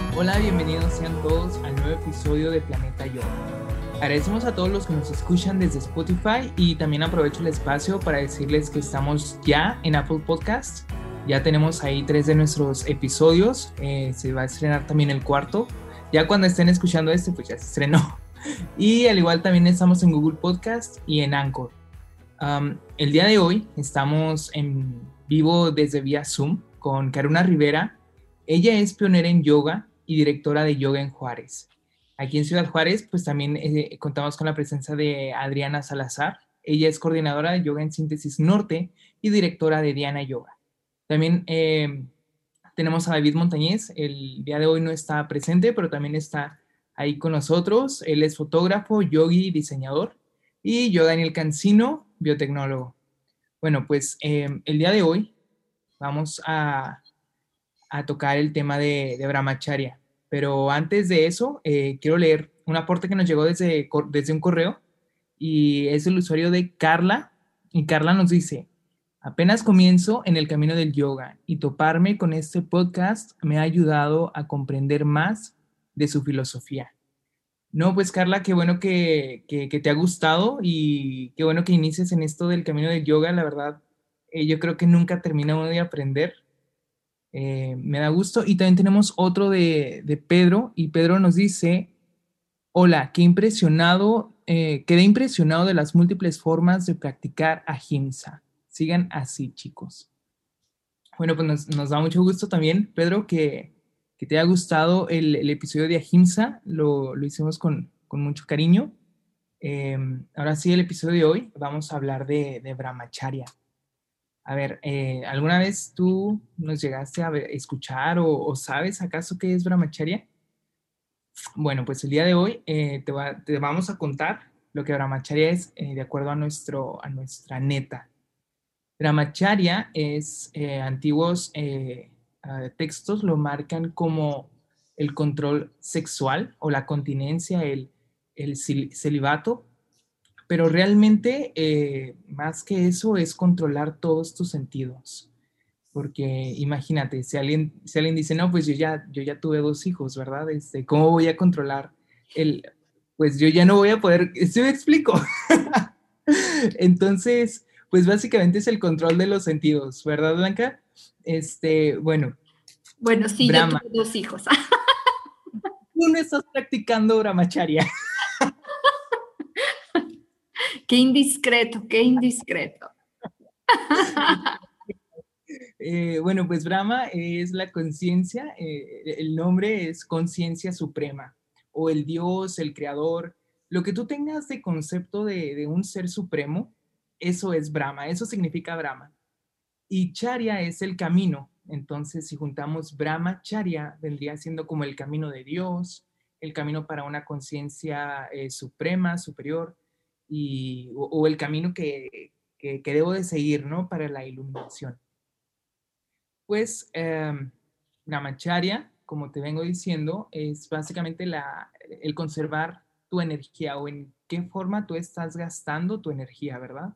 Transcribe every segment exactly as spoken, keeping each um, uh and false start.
Hola, bienvenidos sean todos al nuevo episodio de Planeta Yoga. Agradecemos a todos los que nos escuchan desde Spotify y también aprovecho el espacio para decirles que estamos ya en Apple Podcasts. Ya tenemos ahí tres de nuestros episodios, eh, se va a estrenar también el cuarto. Ya cuando estén escuchando este, pues ya se estrenó. Y al igual también estamos en Google Podcast y en Anchor. Um, el día de hoy estamos en vivo desde vía Zoom con Karuna Rivera. Ella es pionera en yoga y directora de Yoga en Juárez. Aquí en Ciudad Juárez, pues también eh, contamos con la presencia de Adriana Salazar. Ella es coordinadora de Yoga en Síntesis Norte y directora de Diana Yoga. También eh, tenemos a David Montañez. El día de hoy no está presente, pero también está ahí con nosotros. Él es fotógrafo, yogi y diseñador. Y yo, Daniel Cancino, biotecnólogo. Bueno, pues eh, el día de hoy vamos a, a tocar el tema de, de Brahmacharya. Pero antes de eso, eh, quiero leer un aporte que nos llegó desde, desde un correo y es el usuario de Carla. Y Carla nos dice: apenas comienzo en el camino del yoga y toparme con este podcast me ha ayudado a comprender más de su filosofía. No, pues Carla, qué bueno que, que, que te ha gustado y qué bueno que inicies en esto del camino del yoga. La verdad, eh, yo creo que nunca termina uno de aprender. Eh, me da gusto. Y también tenemos otro de, de Pedro, y Pedro nos dice: hola, qué impresionado, eh, quedé impresionado de las múltiples formas de practicar ahimsa. Sigan así, chicos. Bueno, pues nos, nos da mucho gusto también, Pedro, que, que te haya gustado el, el episodio de ahimsa. Lo, lo hicimos con, con mucho cariño. Eh, ahora sí, el episodio de hoy vamos a hablar de, de Brahmacharya. A ver, eh, ¿alguna vez tú nos llegaste a ver, escuchar o, o sabes acaso qué es Brahmacharya? Bueno, pues el día de hoy eh, te, va, te, vamos a contar lo que Brahmacharya es eh, de acuerdo a, nuestro, a nuestra neta. Brahmacharya es, eh, antiguos eh, uh, textos lo marcan como el control sexual o la continencia, el, el celibato, pero realmente eh, más que eso es controlar todos tus sentidos. Porque imagínate, si alguien, si alguien dice, no, pues yo ya, yo ya tuve dos hijos, ¿verdad? Este, ¿cómo voy a controlar el...? Pues yo ya no voy a poder, ¿sí me explico? Entonces, pues básicamente es el control de los sentidos, ¿verdad, Blanca? Este, bueno. Bueno, sí, yo Brahma. tuve dos hijos. Tú no estás practicando Brahmacharya. Qué indiscreto, qué indiscreto. Eh, bueno, pues Brahma es la conciencia, eh, el nombre es conciencia suprema, o el Dios, el creador, lo que tú tengas de concepto de, de un ser supremo, eso es Brahma, eso significa Brahma. Y Charya es el camino, entonces si juntamos Brahma, Charya, vendría siendo como el camino de Dios, el camino para una conciencia eh, suprema, superior, y, o, o el camino que, que, que debo de seguir, ¿no? Para la iluminación. Pues eh, Brahmacharya, como te vengo diciendo, es básicamente la, el conservar tu energía o en qué forma tú estás gastando tu energía, ¿verdad?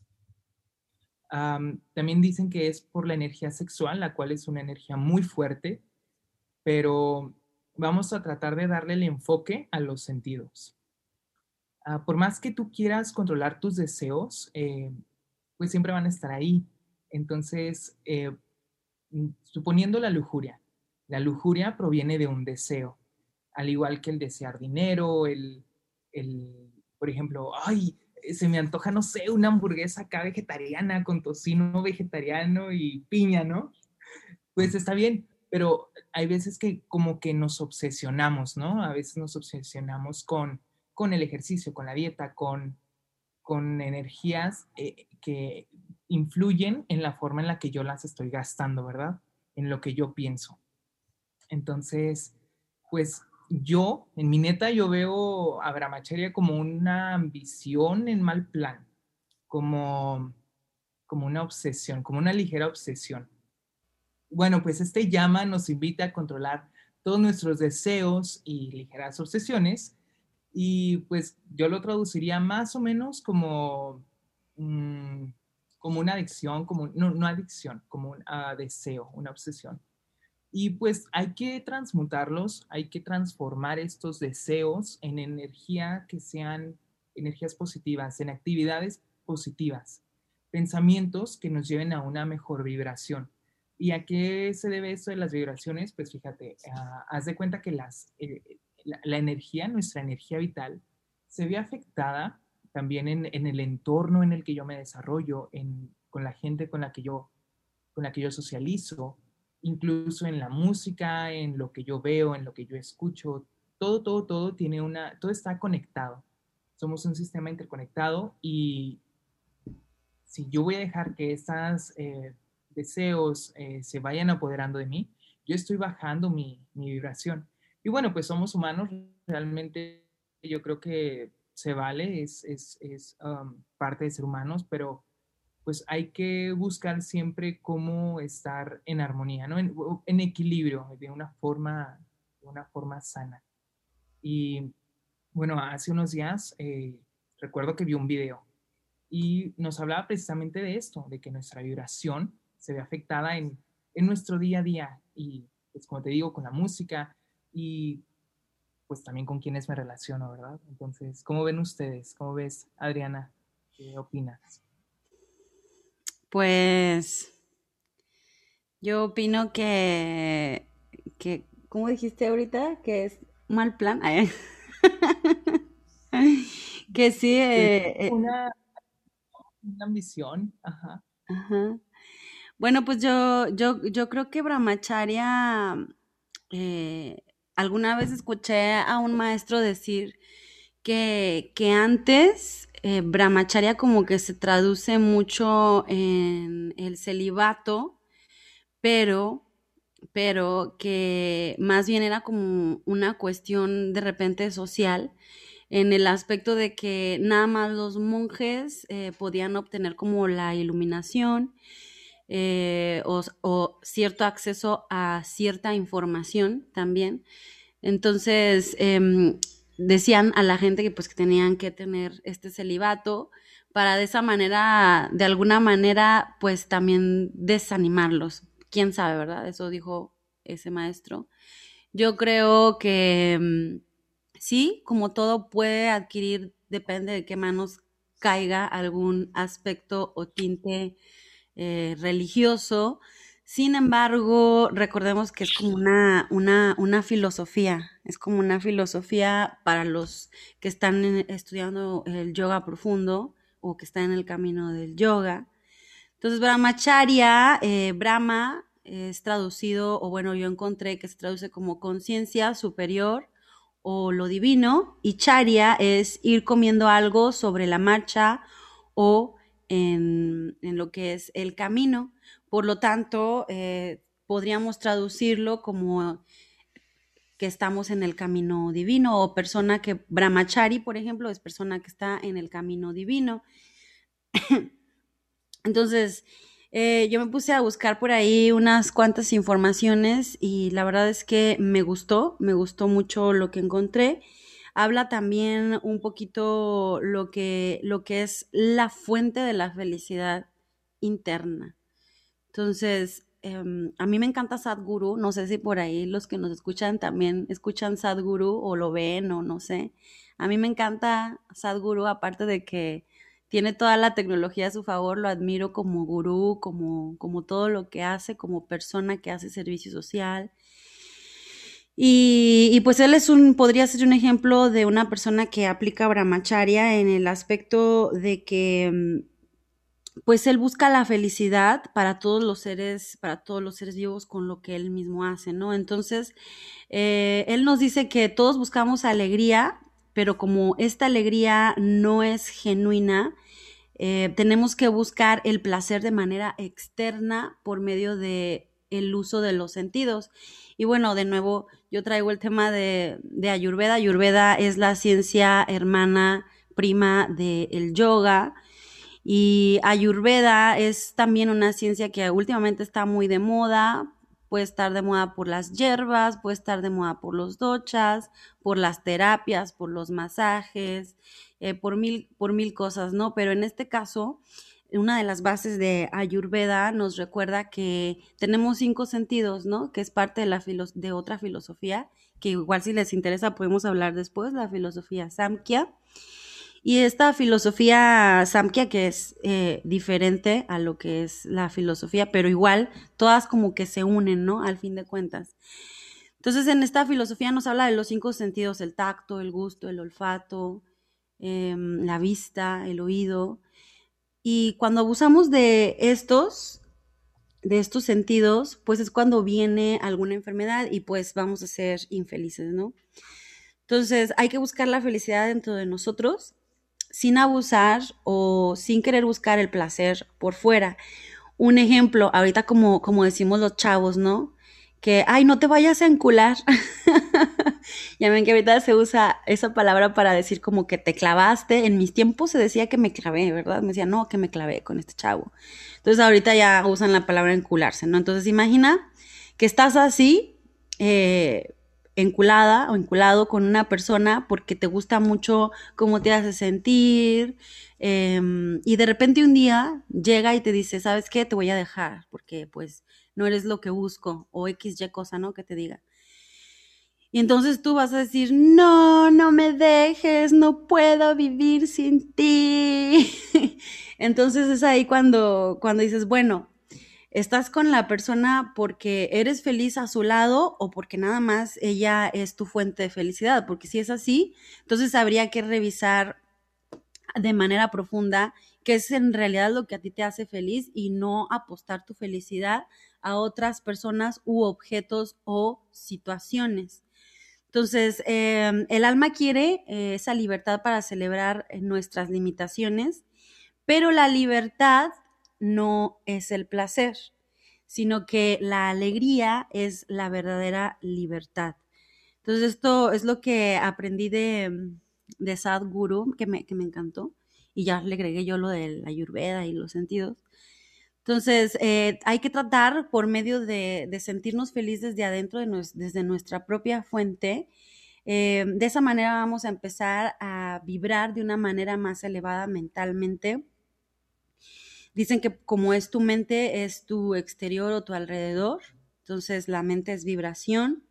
Um, también dicen que es por la energía sexual, la cual es una energía muy fuerte, pero vamos a tratar de darle el enfoque a los sentidos. Uh, por más que tú quieras controlar tus deseos, eh, pues siempre van a estar ahí. Entonces, eh, suponiendo la lujuria, la lujuria proviene de un deseo, al igual que el desear dinero, el, el por ejemplo, ay, se me antoja, no sé, una hamburguesa acá vegetariana con tocino vegetariano y piña, ¿no? Pues está bien, pero hay veces que como que nos obsesionamos, ¿no? A veces nos obsesionamos con, con el ejercicio, con la dieta, con, con energías eh, que influyen en la forma en la que yo las estoy gastando, ¿verdad? En lo que yo pienso. Entonces, pues yo, en mi neta, yo veo a Brahmacharya como una ambición en mal plan, como, como una obsesión, como una ligera obsesión. Bueno, pues este llama nos invita a controlar todos nuestros deseos y ligeras obsesiones, y pues yo lo traduciría más o menos como, mmm, como una adicción, como, no, no adicción, como un uh, deseo, una obsesión. Y pues hay que transmutarlos, hay que transformar estos deseos en energía que sean energías positivas, en actividades positivas, pensamientos que nos lleven a una mejor vibración. ¿Y a qué se debe esto de las vibraciones? Pues fíjate, uh, haz de cuenta que las, eh, la, la, energía, nuestra energía vital, se ve afectada también en, en el entorno en el que yo me desarrollo, en, con la gente con la que yo, con la que yo socializo, incluso en la música, en lo que yo veo, en lo que yo escucho, todo, todo, todo tiene una, todo está conectado. Somos un sistema interconectado y si yo voy a dejar que estos eh, deseos eh, se vayan apoderando de mí, yo estoy bajando mi, mi vibración. Y bueno, pues somos humanos, realmente yo creo que se vale, es, es, es um, parte de ser humanos, pero pues hay que buscar siempre cómo estar en armonía, ¿no? En, en equilibrio, de una forma, de una forma sana. Y bueno, hace unos días eh, recuerdo que vi un video y nos hablaba precisamente de esto, de que nuestra vibración se ve afectada en, en nuestro día a día y pues como te digo, con la música y pues también con quienes me relaciono, ¿verdad? Entonces, ¿cómo ven ustedes? ¿Cómo ves, Adriana? ¿Qué opinas? Pues yo opino que, que, ¿cómo dijiste ahorita? Que es mal plan. Ay, que sí. Eh, eh, Una, una ambición, ajá. Ajá. Bueno, pues yo, yo, yo creo que Brahmacharya, eh, alguna vez escuché a un maestro decir que, que antes eh, Brahmacharya como que se traduce mucho en el celibato, pero, pero que más bien era como una cuestión de repente social, en el aspecto de que nada más los monjes eh, podían obtener como la iluminación eh, o, o cierto acceso a cierta información también. Entonces, eh, decían a la gente que pues que tenían que tener este celibato para de esa manera, de alguna manera, pues también desanimarlos. Quién sabe, ¿verdad? Eso dijo ese maestro. Yo creo que mm, sí, como todo puede adquirir, depende de qué manos caiga algún aspecto o tinte eh, religioso. Sin embargo, recordemos que es como una, una, una filosofía, es como una filosofía para los que están en- estudiando el yoga profundo o que están en el camino del yoga. Entonces, Brahmacharya, eh, Brahma es traducido, o bueno, yo encontré que se traduce como conciencia superior o lo divino, y Charya es ir comiendo algo sobre la marcha o en, en lo que es el camino. Por lo tanto, eh, podríamos traducirlo como que estamos en el camino divino o persona que, Brahmachari, por ejemplo, es persona que está en el camino divino. Entonces, eh, yo me puse a buscar por ahí unas cuantas informaciones y la verdad es que me gustó, me gustó mucho lo que encontré. Habla también un poquito lo que, lo que es la fuente de la felicidad interna. Entonces, eh, a mí me encanta Sadhguru, no sé si por ahí los que nos escuchan también escuchan Sadhguru o lo ven o no sé. A mí me encanta Sadhguru, aparte de que tiene toda la tecnología a su favor, lo admiro como gurú, como, como todo lo que hace, como persona que hace servicio social. Y, y pues él es un, podría ser un ejemplo de una persona que aplica Brahmacharya en el aspecto de que pues él busca la felicidad para todos los seres, para todos los seres vivos con lo que él mismo hace, ¿no? Entonces, eh, él nos dice que todos buscamos alegría, pero como esta alegría no es genuina, eh, tenemos que buscar el placer de manera externa por medio de el uso de los sentidos. Y bueno, de nuevo, yo traigo el tema de, de Ayurveda. Ayurveda es la ciencia hermana prima del yoga. Y Ayurveda es también una ciencia que últimamente está muy de moda, puede estar de moda por las hierbas, puede estar de moda por los dochas, por las terapias, por los masajes, eh, por, mil, por mil cosas, ¿no? Pero en este caso una de las bases de Ayurveda nos recuerda que tenemos cinco sentidos, ¿no? Que es parte de, la filo- de otra filosofía, que igual si les interesa podemos hablar después, la filosofía Samkhya. Y esta filosofía Samkhya, que es eh, diferente a lo que es la filosofía, pero igual todas como que se unen, ¿no? Al fin de cuentas. Entonces, en esta filosofía nos habla de los cinco sentidos: el tacto, el gusto, el olfato, eh, la vista, el oído. Y cuando abusamos de estos, de estos sentidos, pues es cuando viene alguna enfermedad y pues vamos a ser infelices, ¿no? Entonces, hay que buscar la felicidad dentro de nosotros sin abusar o sin querer buscar el placer por fuera. Un ejemplo, ahorita como, como decimos los chavos, ¿no? Que, ay, no te vayas a encular. Ya ven que ahorita se usa esa palabra para decir como que te clavaste. En mis tiempos se decía que me clavé, ¿verdad? Me decía, no, que me clavé con este chavo. Entonces ahorita ya usan la palabra encularse, ¿no? Entonces imagina que estás así, eh, enculada o enculado con una persona porque te gusta mucho cómo te hace sentir, eh, y de repente un día llega y te dice, ¿sabes qué? Te voy a dejar porque pues no eres lo que busco, o X Y cosa, ¿no? Que te diga. Y entonces tú vas a decir, no, no me dejes, no puedo vivir sin ti. Entonces es ahí cuando, cuando dices, bueno, ¿estás con la persona porque eres feliz a su lado o porque nada más ella es tu fuente de felicidad? Porque si es así, entonces habría que revisar de manera profunda qué es en realidad lo que a ti te hace feliz y no apostar tu felicidad a otras personas u objetos o situaciones. Entonces, eh, el alma quiere eh, esa libertad para celebrar nuestras limitaciones, pero la libertad no es el placer, sino que la alegría es la verdadera libertad. Entonces, esto es lo que aprendí de, de Sadhguru, que me, que me encantó, y ya le agregué yo lo de la Ayurveda y los sentidos. Entonces, eh, hay que tratar por medio de, de sentirnos felices de adentro, de nos, desde nuestra propia fuente. Eh, de esa manera vamos a empezar a vibrar de una manera más elevada mentalmente. Dicen que como es tu mente, es tu exterior o tu alrededor. Entonces, la mente es vibración.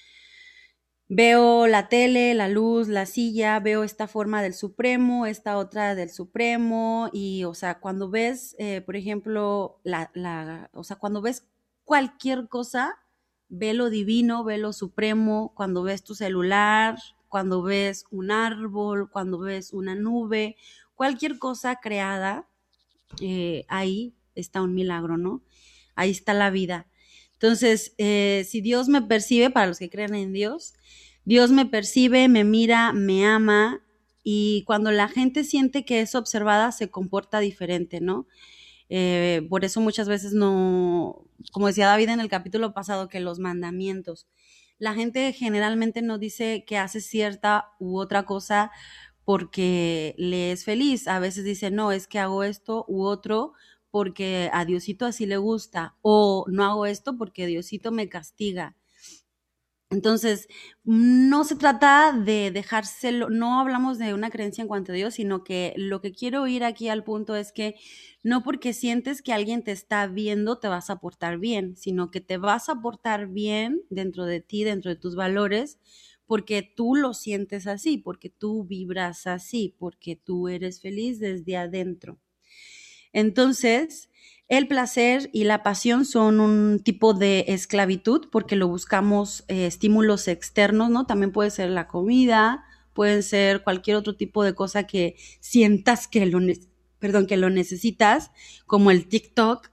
Veo la tele, la luz, la silla, veo esta forma del Supremo, esta otra del Supremo, y, o sea, cuando ves, eh, por ejemplo, la, la, o sea, cuando ves cualquier cosa, ve lo divino, ve lo supremo. Cuando ves tu celular, cuando ves un árbol, cuando ves una nube, cualquier cosa creada, eh, ahí está un milagro, ¿no? Ahí está la vida. Entonces, eh, si Dios me percibe, para los que creen en Dios, Dios me percibe, me mira, me ama, y cuando la gente siente que es observada, se comporta diferente, ¿no? Eh, por eso muchas veces no, como decía David en el capítulo pasado, que los mandamientos, la gente generalmente no dice que hace cierta u otra cosa porque le es feliz. A veces dice, no, es que hago esto u otro porque a Diosito así le gusta, o no hago esto porque Diosito me castiga. Entonces, no se trata de dejárselo, no hablamos de una creencia en cuanto a Dios, sino que lo que quiero ir aquí al punto es que no porque sientes que alguien te está viendo te vas a portar bien, sino que te vas a portar bien dentro de ti, dentro de tus valores, porque tú lo sientes así, porque tú vibras así, porque tú eres feliz desde adentro. Entonces, el placer y la pasión son un tipo de esclavitud porque lo buscamos eh, estímulos externos, ¿no? También puede ser la comida, puede ser cualquier otro tipo de cosa que sientas que lo, perdón, que lo necesitas, como el TikTok.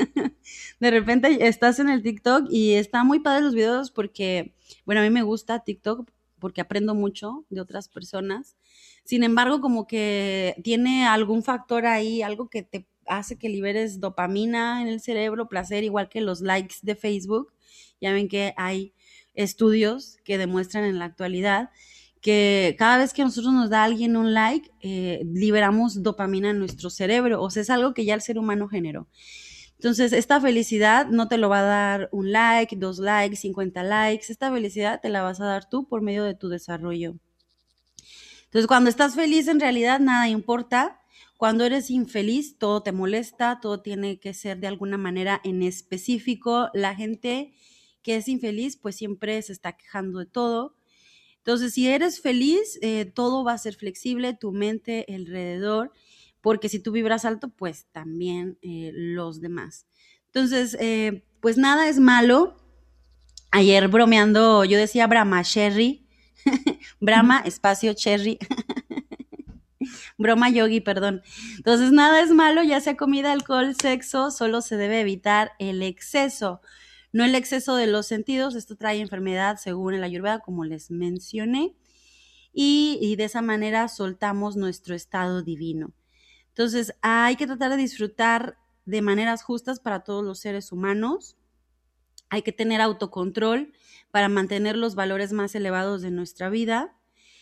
De repente estás en el TikTok y está muy padre los videos porque, bueno, a mí me gusta TikTok porque aprendo mucho de otras personas. Sin embargo, como que tiene algún factor ahí, algo que te hace que liberes dopamina en el cerebro, placer, igual que los likes de Facebook. Ya ven que hay estudios que demuestran en la actualidad que cada vez que a nosotros nos da alguien un like, eh, liberamos dopamina en nuestro cerebro. O sea, es algo que ya el ser humano generó. Entonces, esta felicidad no te lo va a dar un like, dos likes, cincuenta likes. Esta felicidad te la vas a dar tú por medio de tu desarrollo. Entonces, cuando estás feliz, en realidad nada importa. Cuando eres infeliz, todo te molesta, todo tiene que ser de alguna manera en específico. La gente que es infeliz, pues siempre se está quejando de todo. Entonces, si eres feliz, eh, todo va a ser flexible, tu mente, alrededor, porque si tú vibras alto, pues también eh, los demás. Entonces, eh, pues nada es malo. Ayer bromeando, yo decía Brahma Cherry, Brahma espacio Cherry, broma yogi, perdón. Entonces, nada es malo, ya sea comida, alcohol, sexo, solo se debe evitar el exceso, no el exceso de los sentidos. Esto trae enfermedad según el Ayurveda, como les mencioné, y, y de esa manera soltamos nuestro estado divino. Entonces, hay que tratar de disfrutar de maneras justas para todos los seres humanos. Hay que tener autocontrol para mantener los valores más elevados de nuestra vida.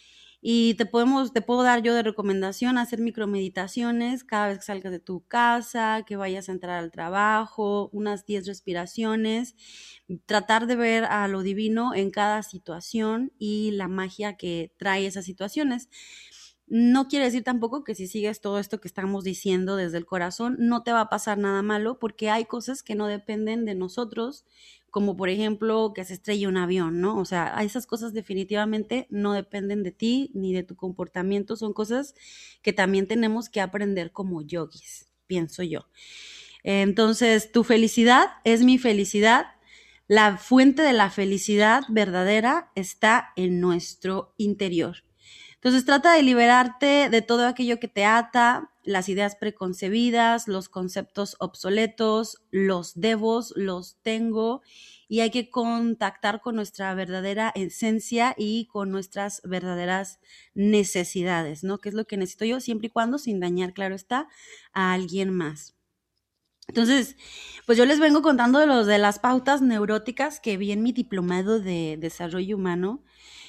Y te, podemos, te puedo dar yo de recomendación hacer micromeditaciones cada vez que salgas de tu casa, que vayas a entrar al trabajo, unas diez respiraciones, tratar de ver a lo divino en cada situación y la magia que trae esas situaciones. No quiere decir tampoco que si sigues todo esto que estamos diciendo desde el corazón, no te va a pasar nada malo, porque hay cosas que no dependen de nosotros, como por ejemplo que se estrelle un avión, ¿no? O sea, esas cosas definitivamente no dependen de ti ni de tu comportamiento, son cosas que también tenemos que aprender como yogis, pienso yo. Entonces, tu felicidad es mi felicidad. La fuente de la felicidad verdadera está en nuestro interior. Entonces trata de liberarte de todo aquello que te ata, las ideas preconcebidas, los conceptos obsoletos, los debos, los tengo, y hay que contactar con nuestra verdadera esencia y con nuestras verdaderas necesidades, ¿no? ¿Qué es lo que necesito yo? Siempre y cuando sin dañar, claro está, a alguien más. Entonces, pues yo les vengo contando de los de las pautas neuróticas que vi en mi diplomado de desarrollo humano.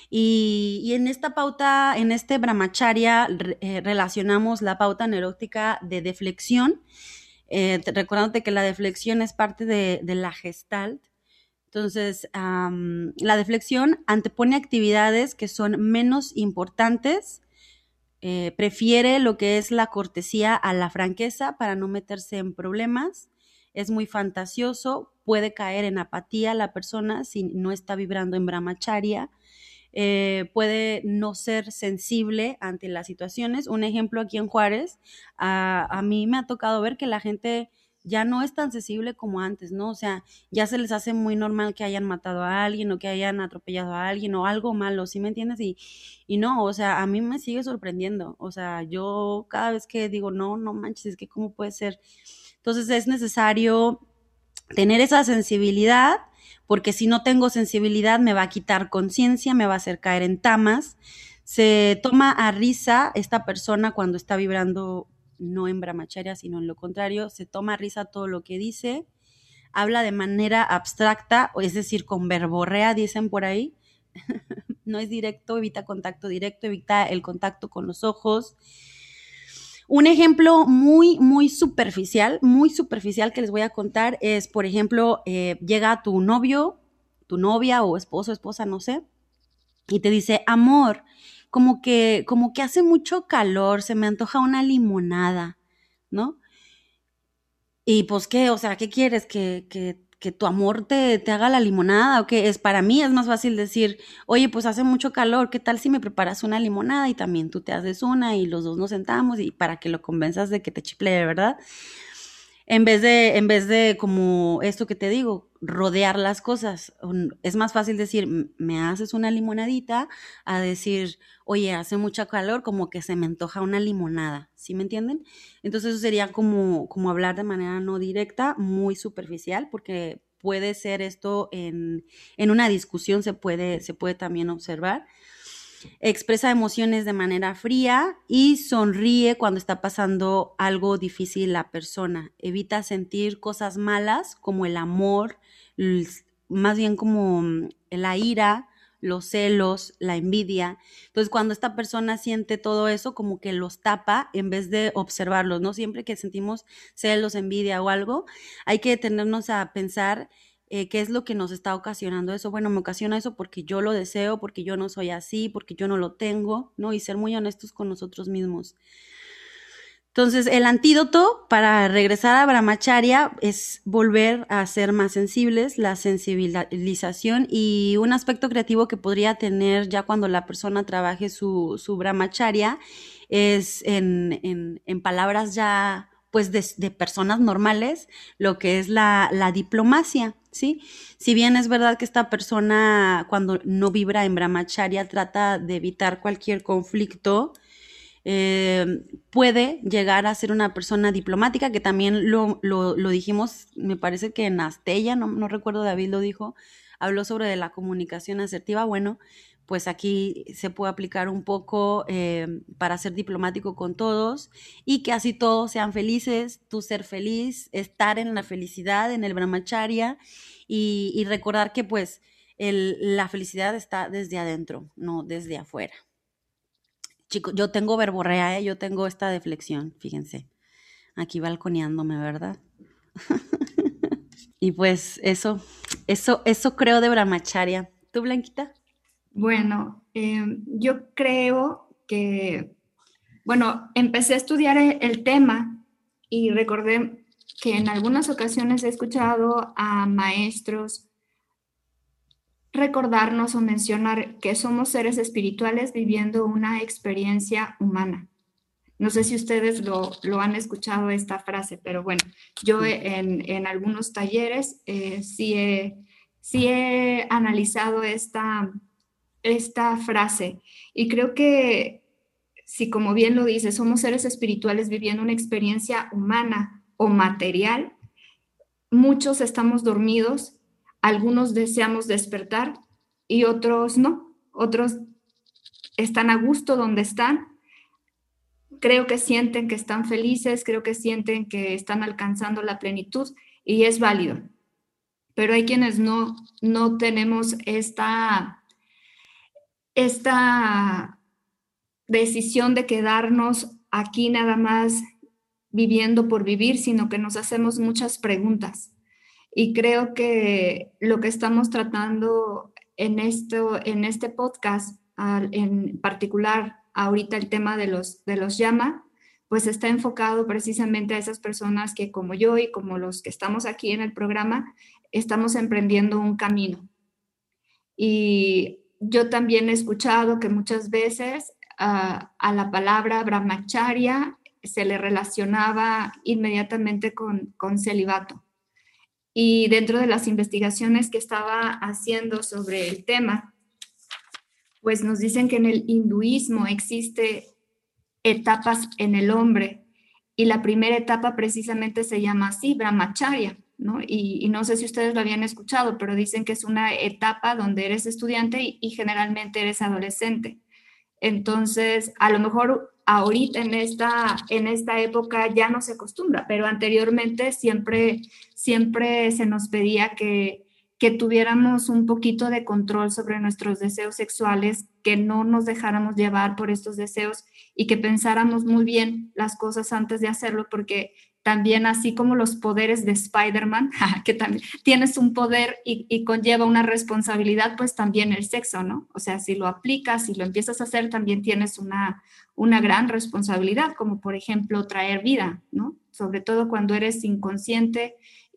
Y, y en esta pauta, en este brahmacharya, eh, relacionamos la pauta neurótica de deflexión, eh, recordándote que la deflexión es parte de, de la gestalt. Entonces, um, la deflexión antepone actividades que son menos importantes, eh, prefiere lo que es la cortesía a la franqueza para no meterse en problemas, es muy fantasioso, puede caer en apatía la persona si no está vibrando en brahmacharya. Eh, puede no ser sensible ante las situaciones. Un ejemplo aquí en Juárez, a, a mí me ha tocado ver que la gente ya no es tan sensible como antes, ¿no? O sea, ya se les hace muy normal que hayan matado a alguien o que hayan atropellado a alguien o algo malo, ¿sí me entiendes? Y, y no, o sea, a mí me sigue sorprendiendo. O sea, yo cada vez que digo, no, no manches, es que ¿cómo puede ser? Entonces es necesario tener esa sensibilidad, porque si no tengo sensibilidad me va a quitar conciencia, me va a hacer caer en tamas. Se toma a risa esta persona cuando está vibrando no en brahmacharya, sino en lo contrario, se toma a risa todo lo que dice, habla de manera abstracta, es decir, con verborrea, dicen por ahí, no es directo, evita contacto directo, evita el contacto con los ojos. Un ejemplo muy, muy superficial, muy superficial que les voy a contar es, por ejemplo, eh, llega tu novio, tu novia o esposo, esposa, no sé, y te dice, amor, como que, como que hace mucho calor, se me antoja una limonada, ¿no? Y pues, ¿qué? O sea, ¿qué quieres? ¿Que, que, que tu amor te, te haga la limonada? ¿O qué es? Para mí es más fácil decir, oye, pues hace mucho calor, ¿qué tal si me preparas una limonada y también tú te haces una y los dos nos sentamos y para que lo convenzas de que te chiplee, ¿verdad? En vez de, en vez de como esto que te digo, rodear las cosas. Es más fácil decir, me haces una limonadita, a decir, oye, hace mucho calor, como que se me antoja una limonada, ¿sí me entienden? Entonces eso sería como, como hablar de manera no directa, muy superficial, porque puede ser esto en, en una discusión, se puede, se puede también observar. Expresa emociones de manera fría y sonríe cuando está pasando algo difícil la persona. Evita sentir cosas malas como el amor, más bien como la ira, los celos, la envidia. Entonces, cuando esta persona siente todo eso, como que los tapa en vez de observarlos, ¿no? Siempre que sentimos celos, envidia o algo, hay que detenernos a pensar Eh, qué es lo que nos está ocasionando eso. Bueno, me ocasiona eso porque yo lo deseo, porque yo no soy así, porque yo no lo tengo, ¿no? Y ser muy honestos con nosotros mismos. Entonces, el antídoto para regresar a Brahmacharya es volver a ser más sensibles, la sensibilización y un aspecto creativo que podría tener ya cuando la persona trabaje su, su Brahmacharya es en, en, en palabras ya pues de, de personas normales, lo que es la, la diplomacia, ¿sí? Si bien es verdad que esta persona cuando no vibra en Brahmacharya trata de evitar cualquier conflicto, Eh, puede llegar a ser una persona diplomática, que también lo, lo, lo dijimos, me parece que en Astella, no, no recuerdo, David lo dijo, habló sobre la comunicación asertiva. Bueno, pues aquí se puede aplicar un poco eh, para ser diplomático con todos y que así todos sean felices, tú ser feliz, estar en la felicidad, en el Brahmacharya y, y recordar que pues el, la felicidad está desde adentro, no desde afuera. Chicos, yo tengo verborrea, ¿eh? Yo tengo esta deflexión, fíjense, aquí balconeándome, ¿verdad? Y pues eso, eso, eso creo de Brahmacharya. ¿Tú, Blanquita? Bueno, eh, yo creo que, bueno, empecé a estudiar el, el tema y recordé que en algunas ocasiones he escuchado a maestros recordarnos o mencionar que somos seres espirituales viviendo una experiencia humana. No sé si ustedes lo, lo han escuchado esta frase, pero bueno, yo en, en algunos talleres eh, sí, he, sí he analizado esta, esta frase y creo que si como bien lo dice, somos seres espirituales viviendo una experiencia humana o material, muchos estamos dormidos, algunos deseamos despertar y otros no, otros están a gusto donde están. Creo que sienten que están felices, creo que sienten que están alcanzando la plenitud y es válido. Pero hay quienes no, no tenemos esta, esta decisión de quedarnos aquí nada más viviendo por vivir, sino que nos hacemos muchas preguntas. Y creo que lo que estamos tratando en, esto, en este podcast, en particular ahorita el tema de los, de los llama, pues está enfocado precisamente a esas personas que como yo y como los que estamos aquí en el programa, estamos emprendiendo un camino. Y yo también he escuchado que muchas veces uh, a la palabra Brahmacharya se le relacionaba inmediatamente con, con celibato. Y dentro de las investigaciones que estaba haciendo sobre el tema, pues nos dicen que en el hinduismo existe etapas en el hombre y la primera etapa precisamente se llama así, Brahmacharya, ¿no? Y, y no sé si ustedes lo habían escuchado, pero dicen que es una etapa donde eres estudiante y, y generalmente eres adolescente. Entonces, a lo mejor ahorita en esta, en esta época ya no se acostumbra, pero anteriormente siempre, siempre se nos pedía que, que tuviéramos un poquito de control sobre nuestros deseos sexuales, que no nos dejáramos llevar por estos deseos y que pensáramos muy bien las cosas antes de hacerlo, porque también así como los poderes de Spider-Man, que también tienes un poder y, y conlleva una responsabilidad, pues también el sexo, ¿no? O sea, si lo aplicas, si lo empiezas a hacer, también tienes una, una gran responsabilidad, como por ejemplo traer vida, ¿no? Sobre todo cuando eres inconsciente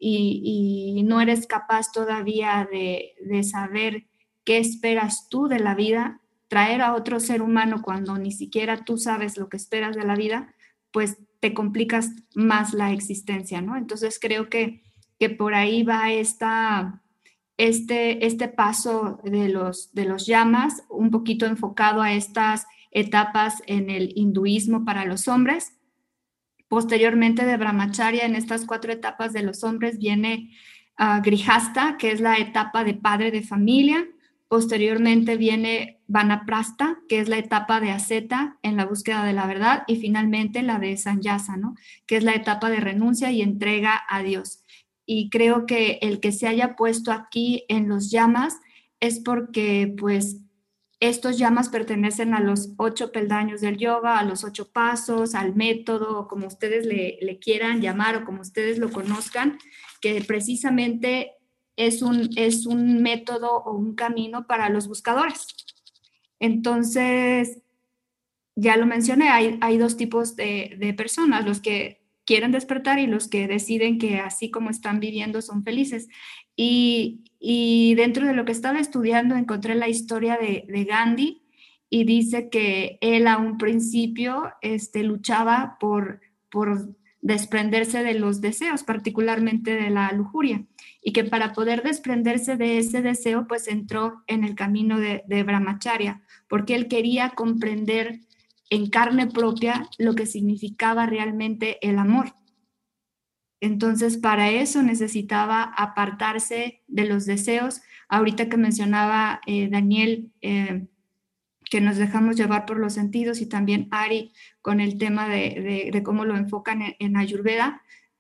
y, y no eres capaz todavía de, de saber qué esperas tú de la vida, traer a otro ser humano cuando ni siquiera tú sabes lo que esperas de la vida, pues te complicas más la existencia, ¿no? Entonces creo que, que por ahí va esta, este, este paso de los, de los llamas, un poquito enfocado a estas etapas en el hinduismo para los hombres. Posteriormente de Brahmacharya, en estas cuatro etapas de los hombres, viene uh, Grihasta, que es la etapa de padre de familia. Posteriormente viene Vanaprastha, que es la etapa de asceta en la búsqueda de la verdad, y finalmente la de Sannyasa, ¿no? Que es la etapa de renuncia y entrega a Dios. Y creo que el que se haya puesto aquí en los llamas es porque, pues, estos llamas pertenecen a los ocho peldaños del yoga, a los ocho pasos, al método, o como ustedes le, le quieran llamar o como ustedes lo conozcan, que precisamente es un, es un método o un camino para los buscadores. Entonces, ya lo mencioné, hay, hay dos tipos de, de personas, los que quieren despertar y los que deciden que así como están viviendo son felices. Y, y dentro de lo que estaba estudiando encontré la historia de, de Gandhi y dice que él a un principio este, luchaba por, por desprenderse de los deseos, particularmente de la lujuria, y que para poder desprenderse de ese deseo, pues entró en el camino de, de Brahmacharya, porque él quería comprender en carne propia lo que significaba realmente el amor. Entonces, para eso necesitaba apartarse de los deseos. Ahorita que mencionaba eh, Daniel, eh, que nos dejamos llevar por los sentidos, y también Ari con el tema de, de, de cómo lo enfocan en, en Ayurveda,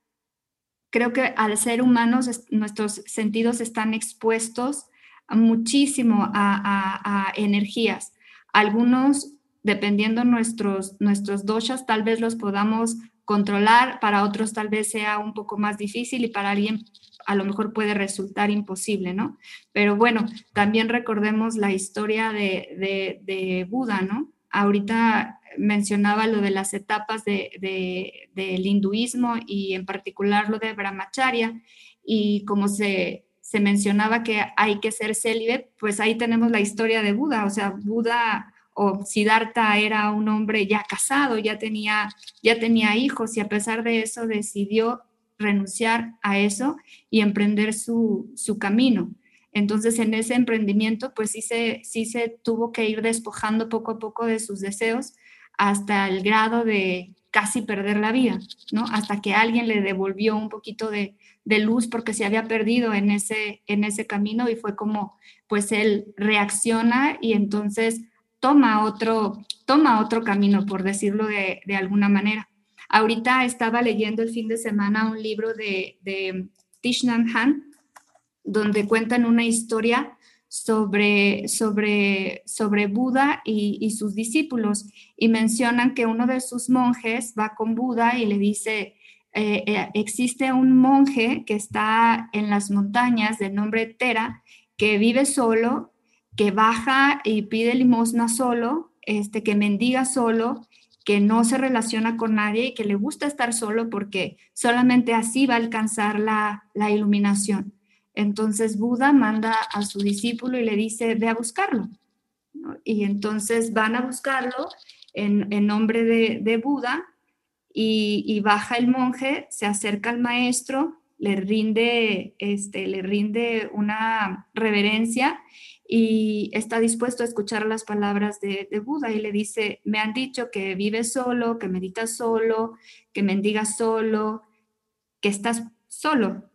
creo que al ser humanos nuestros sentidos están expuestos muchísimo a, a, a energías. Algunos, dependiendo nuestros, nuestros doshas, tal vez los podamos controlar, para otros tal vez sea un poco más difícil y para alguien a lo mejor puede resultar imposible, ¿no? Pero bueno, también recordemos la historia de, de, de Buda, ¿no? Ahorita mencionaba lo de las etapas de, de, del hinduismo y en particular lo de Brahmacharya, y como se, se mencionaba que hay que ser célibe, pues ahí tenemos la historia de Buda. O sea, Buda o Siddhartha era un hombre ya casado, ya tenía, ya tenía hijos, y a pesar de eso decidió renunciar a eso y emprender su, su camino. Entonces, en ese emprendimiento, pues sí se, sí se tuvo que ir despojando poco a poco de sus deseos hasta el grado de casi perder la vida, ¿no? Hasta que alguien le devolvió un poquito de, de luz porque se había perdido en ese, en ese camino, y fue como, pues él reacciona y entonces toma otro, toma otro camino, por decirlo de, de alguna manera. Ahorita estaba leyendo el fin de semana un libro de, de Thich Nhat Hanh, donde cuentan una historia sobre, sobre, sobre Buda y, y sus discípulos, y mencionan que uno de sus monjes va con Buda y le dice, eh, eh, existe un monje que está en las montañas de nombre Tera, que vive solo, que baja y pide limosna solo, este, que mendiga solo, que no se relaciona con nadie y que le gusta estar solo porque solamente así va a alcanzar la, la iluminación. Entonces Buda manda a su discípulo y le dice, ve a buscarlo, ¿no? Y entonces van a buscarlo en, en nombre de, de Buda, y, y baja el monje, se acerca al maestro, le rinde, este, le rinde una reverencia y está dispuesto a escuchar las palabras de, de Buda, y le dice, me han dicho que vives solo, que meditas solo, que mendigas solo, que estás solo.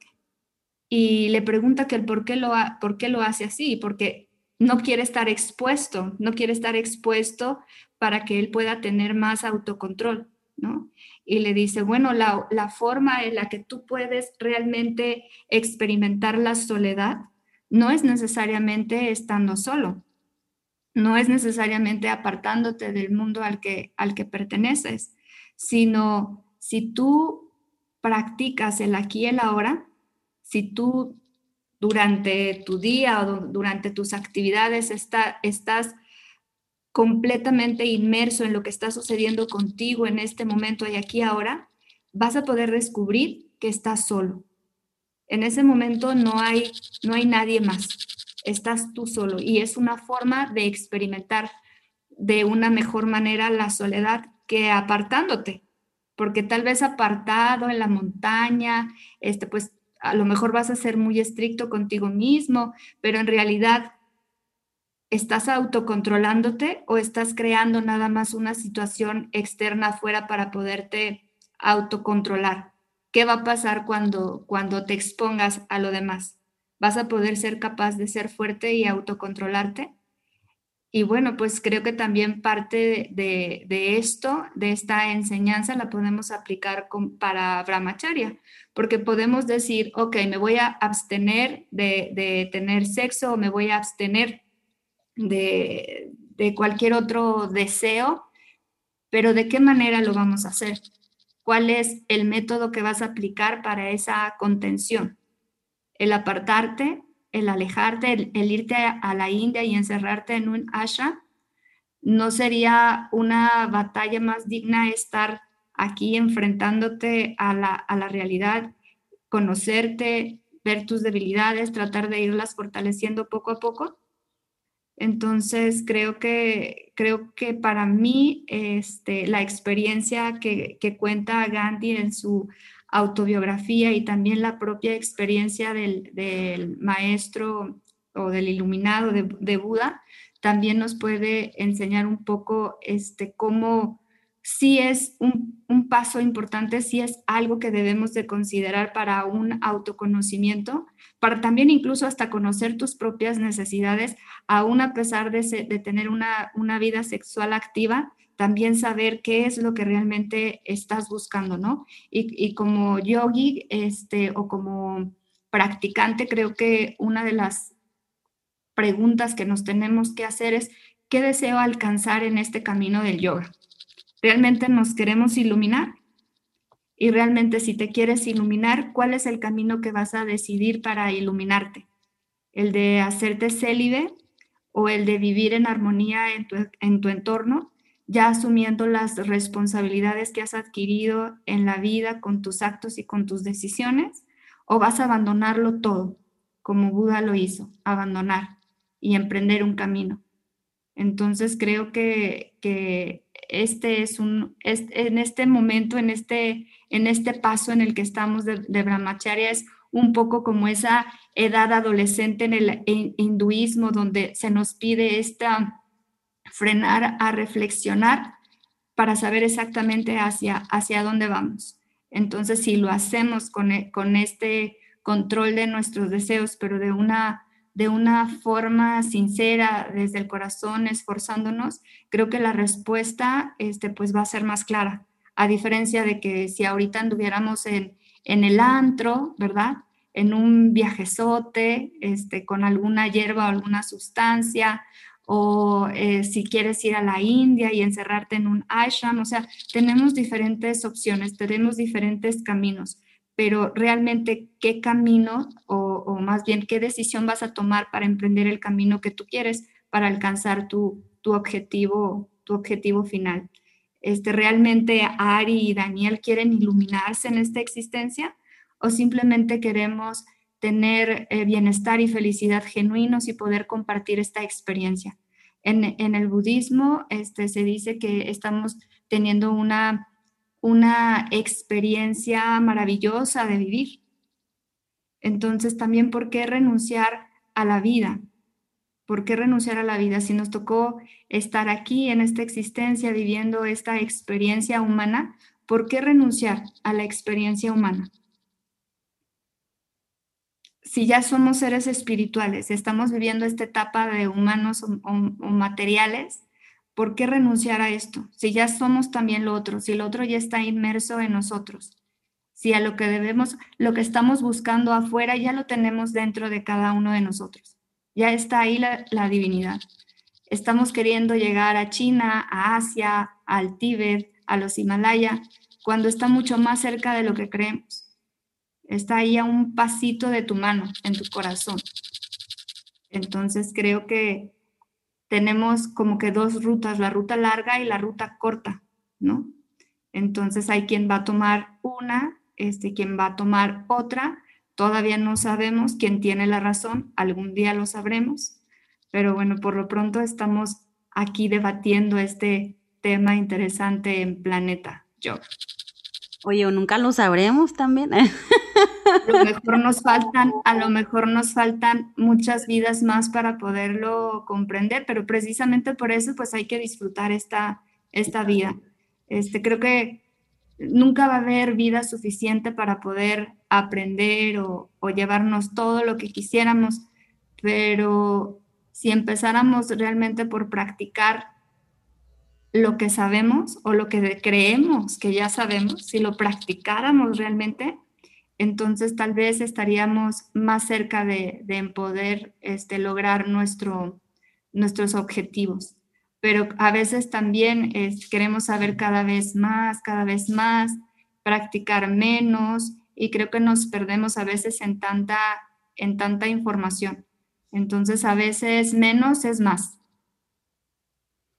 Y le pregunta que el por qué lo, ha, por qué lo hace así, porque no quiere estar expuesto, no quiere estar expuesto para que él pueda tener más autocontrol, ¿no? Y le dice, bueno, la, la forma en la que tú puedes realmente experimentar la soledad no es necesariamente estando solo, no es necesariamente apartándote del mundo al que, al que perteneces, sino si tú practicas el aquí y el ahora, si tú durante tu día o durante tus actividades está, estás completamente inmerso en lo que está sucediendo contigo en este momento y aquí ahora, vas a poder descubrir que estás solo. En ese momento no hay, no hay nadie más, estás tú solo, y es una forma de experimentar de una mejor manera la soledad que apartándote, porque tal vez apartado en la montaña, este, pues a lo mejor vas a ser muy estricto contigo mismo, pero en realidad ¿estás autocontrolándote o estás creando nada más una situación externa afuera para poderte autocontrolar? ¿Qué va a pasar cuando, cuando te expongas a lo demás? ¿Vas a poder ser capaz de ser fuerte y autocontrolarte? Y bueno, pues creo que también parte de, de, de esto, de esta enseñanza, la podemos aplicar con, para Brahmacharya, porque podemos decir, ok, me voy a abstener de, de tener sexo, o me voy a abstener de, de cualquier otro deseo, pero ¿de qué manera lo vamos a hacer? ¿Cuál es el método que vas a aplicar para esa contención? El apartarte, el alejarte, el, el irte a, a la India y encerrarte en un ashram ¿No sería una batalla más digna estar aquí enfrentándote a la, a la realidad, conocerte, ver tus debilidades, tratar de irlas fortaleciendo poco a poco? Entonces, creo que, creo que para mí este, la experiencia que, que cuenta Gandhi en su autobiografía y también la propia experiencia del, del maestro o del iluminado de, de Buda, también nos puede enseñar un poco este, cómo sí es un, un paso importante, sí es algo que debemos de considerar para un autoconocimiento, para también incluso hasta conocer tus propias necesidades, aún a pesar de, se, de tener una, una vida sexual activa, también saber qué es lo que realmente estás buscando, ¿no? Y, y como yogi este, o como practicante, creo que una de las preguntas que nos tenemos que hacer es, ¿qué deseo alcanzar en este camino del yoga? ¿Realmente nos queremos iluminar? Y realmente si te quieres iluminar, ¿cuál es el camino que vas a decidir para iluminarte? ¿El de hacerte célibe o el de vivir en armonía en tu, en tu entorno, ya asumiendo las responsabilidades que has adquirido en la vida con tus actos y con tus decisiones? ¿O vas a abandonarlo todo, como Buda lo hizo, abandonar y emprender un camino? Entonces creo que, que este es un, es, en este momento, en este, en este paso en el que estamos de, de Brahmacharya, es un poco como esa edad adolescente en el hinduismo, donde se nos pide esta frenar a reflexionar para saber exactamente hacia, hacia dónde vamos. Entonces, si lo hacemos con, con este control de nuestros deseos, pero de una de una forma sincera, desde el corazón, esforzándonos, creo que la respuesta este, pues va a ser más clara, a diferencia de que si ahorita anduviéramos en, en el antro, ¿verdad? En un viajezote, este, con alguna hierba o alguna sustancia, o eh, si quieres ir a la India y encerrarte en un ashram, o sea, tenemos diferentes opciones, tenemos diferentes caminos, pero realmente qué camino o, o más bien qué decisión vas a tomar para emprender el camino que tú quieres para alcanzar tu, tu, objetivo, tu objetivo final. Este, ¿realmente Ari y Daniel quieren iluminarse en esta existencia o simplemente queremos tener eh, bienestar y felicidad genuinos y poder compartir esta experiencia? En, en el budismo este, se dice que estamos teniendo una una experiencia maravillosa de vivir. Entonces, también, ¿por qué renunciar a la vida? ¿Por qué renunciar a la vida? Si nos tocó estar aquí en esta existencia viviendo esta experiencia humana, ¿por qué renunciar a la experiencia humana? Si ya somos seres espirituales, estamos viviendo esta etapa de humanos o, o, o materiales, ¿por qué renunciar a esto? Si ya somos también lo otro, si el otro ya está inmerso en nosotros, si a lo que debemos, lo que estamos buscando afuera ya lo tenemos dentro de cada uno de nosotros, ya está ahí la, la divinidad. Estamos queriendo llegar a China, a Asia, al Tíbet, a los Himalaya, cuando está mucho más cerca de lo que creemos. Está ahí a un pasito de tu mano, en tu corazón. Entonces creo que tenemos como que dos rutas, la ruta larga y la ruta corta, ¿no? Entonces hay quien va a tomar una, este, quien va a tomar otra, todavía no sabemos quién tiene la razón, algún día lo sabremos, pero bueno, por lo pronto estamos aquí debatiendo este tema interesante en Planeta Yoga. Oye, o nunca lo sabremos también. A lo mejor nos faltan, a lo mejor nos faltan muchas vidas más para poderlo comprender, pero precisamente por eso pues hay que disfrutar esta, esta vida. Este, creo que nunca va a haber vida suficiente para poder aprender o, o llevarnos todo lo que quisiéramos, pero si empezáramos realmente por practicar lo que sabemos o lo que creemos que ya sabemos, si lo practicáramos realmente, entonces tal vez estaríamos más cerca de, de poder este, lograr nuestro, nuestros objetivos. Pero a veces también es, queremos saber cada vez más, cada vez más, practicar menos, y creo que nos perdemos a veces en tanta, en tanta información. Entonces a veces menos es más.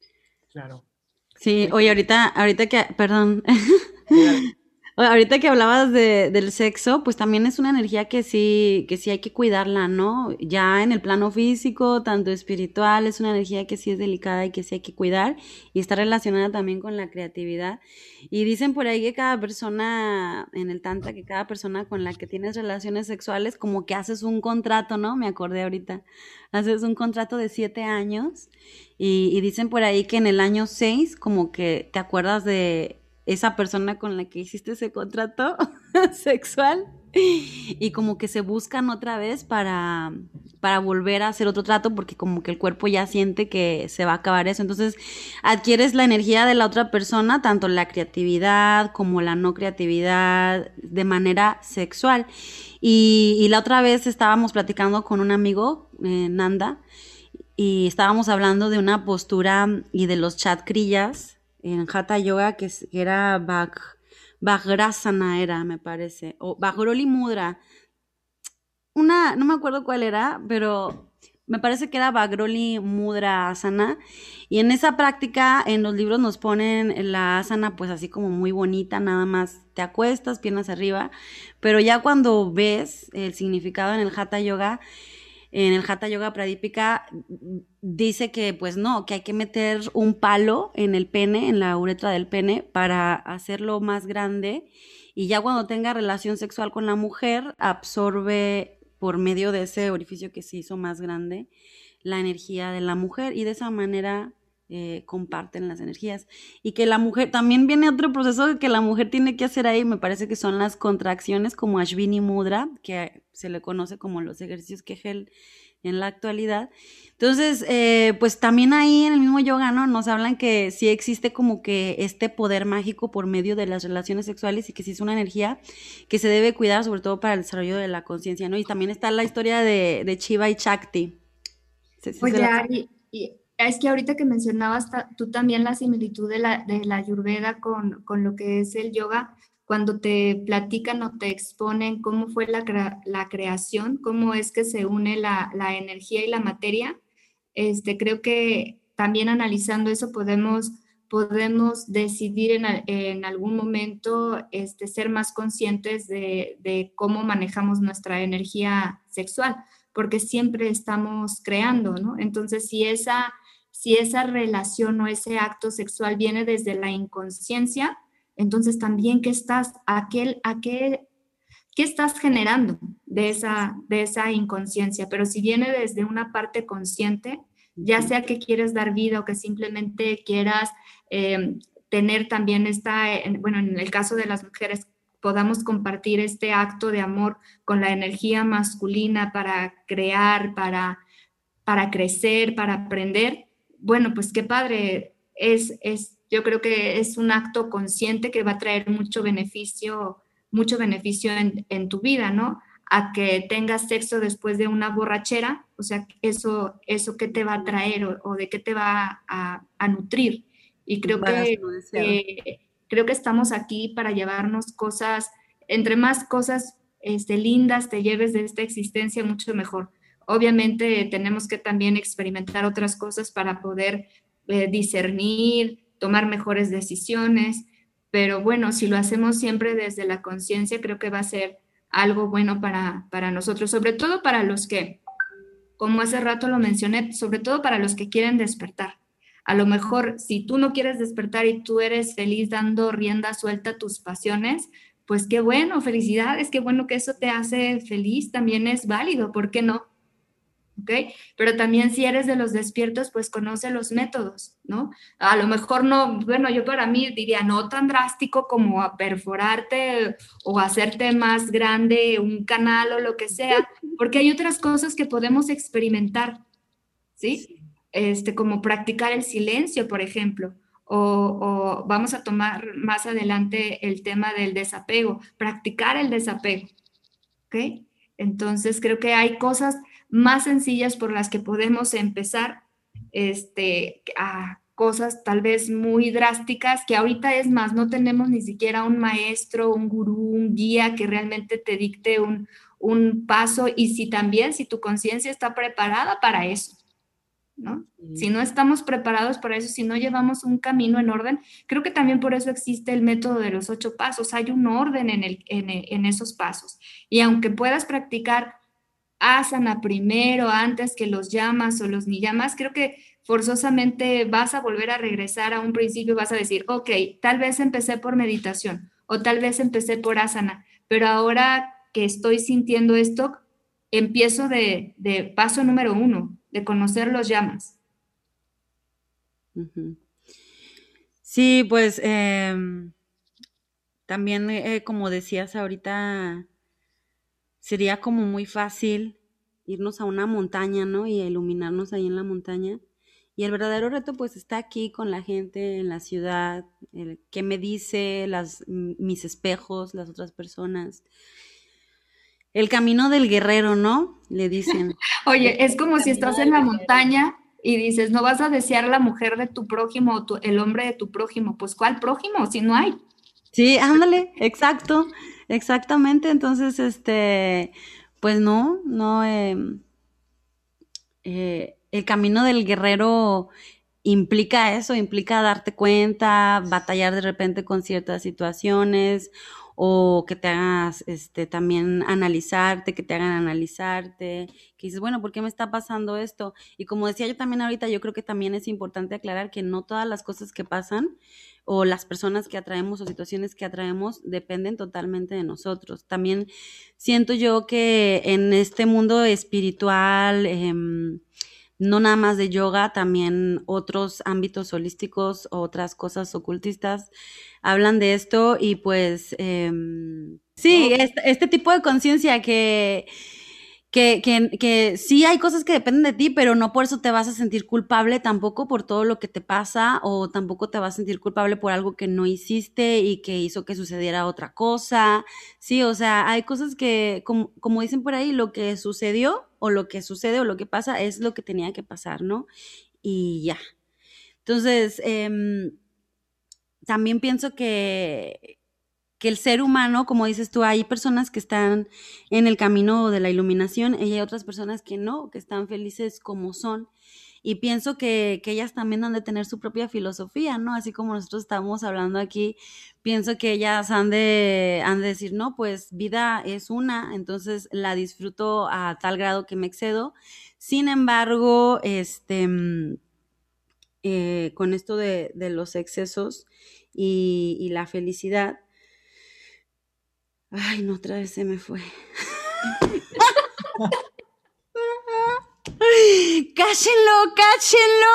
Claro. Sí, Sí. oye, ahorita, ahorita que, perdón, Dale. Oye, ahorita que hablabas de, del sexo, pues también es una energía que sí, que sí hay que cuidarla, ¿no? Ya en el plano físico, tanto espiritual, es una energía que sí es delicada y que sí hay que cuidar y está relacionada también con la creatividad. Y dicen por ahí que cada persona, en el tantra, que cada persona con la que tienes relaciones sexuales, como que haces un contrato, ¿no? Me acordé ahorita. Haces un contrato de siete años y, y dicen por ahí que en el año seis, como que te acuerdas de esa persona con la que hiciste ese contrato sexual y como que se buscan otra vez para, para volver a hacer otro trato porque como que el cuerpo ya siente que se va a acabar eso. Entonces adquieres la energía de la otra persona, tanto la creatividad como la no creatividad, de manera sexual. Y, y la otra vez estábamos platicando con un amigo, eh, Nanda, y estábamos hablando de una postura y de los chakriyas en Hatha Yoga que, es, que era Bhag, Vajrasana era, me parece, o Vajroli Mudra. Una, no me acuerdo cuál era, pero me parece que era Vajroli Mudra Asana. Y en esa práctica, en los libros nos ponen la asana pues así como muy bonita, nada más te acuestas, piernas arriba. Pero ya cuando ves el significado en el Hatha Yoga, en el Hatha Yoga Pradipika dice que pues no, que hay que meter un palo en el pene, en la uretra del pene, para hacerlo más grande y ya cuando tenga relación sexual con la mujer absorbe por medio de ese orificio que se hizo más grande la energía de la mujer y de esa manera eh, comparten las energías. Y que la mujer, también viene otro proceso que la mujer tiene que hacer ahí, me parece que son las contracciones como Ashvini Mudra, que se le conoce como los ejercicios Kegel en la actualidad. Entonces, eh, pues también ahí en el mismo yoga, ¿no? Nos hablan que sí existe como que este poder mágico por medio de las relaciones sexuales y que sí es una energía que se debe cuidar, sobre todo para el desarrollo de la conciencia, ¿no? Y también está la historia de, de Shiva y Shakti. Sí, sí, se Oye, la... Ari, y es que ahorita que mencionabas ta- tú también la similitud de la, de la Ayurveda con, con lo que es el yoga, cuando te platican o te exponen cómo fue la, crea- la creación, cómo es que se une la, la energía y la materia, este, creo que también analizando eso podemos, podemos decidir en, a- en algún momento este, ser más conscientes de, de cómo manejamos nuestra energía sexual porque siempre estamos creando, ¿no? Entonces, si esa, si esa relación o ese acto sexual viene desde la inconsciencia, entonces también qué estás, a qué, a qué, qué estás generando de esa, de esa inconsciencia, pero si viene desde una parte consciente, ya sea que quieres dar vida o que simplemente quieras eh, tener también esta, bueno, en el caso de las mujeres, podamos compartir este acto de amor con la energía masculina para crear, para, para crecer, para aprender, bueno, pues qué padre, es, es, yo creo que es un acto consciente que va a traer mucho beneficio, mucho beneficio en, en tu vida, ¿no? A que tengas sexo después de una borrachera, o sea, eso, eso qué te va a traer o, o de qué te va a, a nutrir. Y Un creo embarazo que, no deseado. eh, creo que estamos aquí para llevarnos cosas, entre más cosas este, lindas te lleves de esta existencia, mucho mejor. Obviamente tenemos que también experimentar otras cosas para poder eh, discernir, tomar mejores decisiones, pero bueno, si lo hacemos siempre desde la conciencia, creo que va a ser algo bueno para, para nosotros, sobre todo para los que, como hace rato lo mencioné, sobre todo para los que quieren despertar. A lo mejor, si tú no quieres despertar y tú eres feliz dando rienda suelta a tus pasiones, pues qué bueno, felicidades, qué bueno que eso te hace feliz, también es válido, ¿por qué no? ¿Ok? Pero también si eres de los despiertos, pues conoce los métodos, ¿no? A lo mejor no, bueno, yo para mí diría no tan drástico como a perforarte o hacerte más grande un canal o lo que sea, porque hay otras cosas que podemos experimentar, ¿sí? Sí. Este, como practicar el silencio, por ejemplo, o, o vamos a tomar más adelante el tema del desapego, practicar el desapego, ¿ok? Entonces creo que hay cosas más sencillas por las que podemos empezar, este, a cosas tal vez muy drásticas, que ahorita es más, no tenemos ni siquiera un maestro, un gurú, un guía que realmente te dicte un, un paso y si también, si tu conciencia está preparada para eso, ¿no? Sí. Si no estamos preparados para eso, si no llevamos un camino en orden, creo que también por eso existe el método de los ocho pasos. Hay un orden en, el, en, en esos pasos. Y aunque puedas practicar asana primero, antes que los yamas o los niyamas, creo que forzosamente vas a volver a regresar a un principio, vas a decir, ok, tal vez empecé por meditación o tal vez empecé por asana, pero ahora que estoy sintiendo esto, empiezo de, de paso número uno, de conocer los yamas. Ujú. Sí, pues em, también, eh, como decías ahorita, sería como muy fácil irnos a una montaña, ¿no? Y iluminarnos ahí en la montaña. Y el verdadero reto pues está aquí con la gente en la ciudad, el qué me dice, las, m- mis espejos, las otras personas. El camino del guerrero, ¿no? Le dicen. Oye, es El como si camino estás en del la guerrero. montaña y dices, no vas a desear la mujer de tu prójimo o tu- el hombre de tu prójimo. Pues, ¿cuál prójimo? Si no hay. Sí, ándale, exacto, exactamente. Entonces, este, pues no, no, em, eh, el camino del guerrero implica eso, implica darte cuenta, batallar de repente con ciertas situaciones o que te hagas este también analizarte, que te hagan analizarte, que dices, bueno, ¿por qué me está pasando esto? Y como decía yo también ahorita, yo creo que también es importante aclarar que no todas las cosas que pasan o las personas que atraemos o situaciones que atraemos dependen totalmente de nosotros. También siento yo que en este mundo espiritual, eh, no nada más de yoga, también otros ámbitos holísticos, otras cosas ocultistas hablan de esto y pues eh, sí, este, este tipo de conciencia que, que, que, que sí hay cosas que dependen de ti, pero no por eso te vas a sentir culpable tampoco por todo lo que te pasa o tampoco te vas a sentir culpable por algo que no hiciste y que hizo que sucediera otra cosa. Sí, o sea, hay cosas que, como, como dicen por ahí, lo que sucedió o lo que sucede o lo que pasa es lo que tenía que pasar, ¿no? Y ya. Entonces, em, también pienso que, que el ser humano, como dices tú, hay personas que están en el camino de la iluminación y hay otras personas que no, que están felices como son. Y pienso que, que ellas también han de tener su propia filosofía, ¿no? Así como nosotros estamos hablando aquí, pienso que ellas han de, han de decir, no, pues vida es una, entonces la disfruto a tal grado que me excedo. Sin embargo, este, mm, eh, con esto de, de los excesos y, y la felicidad, ay, no, otra vez se me fue. ¡Cáchenlo, cáchenlo!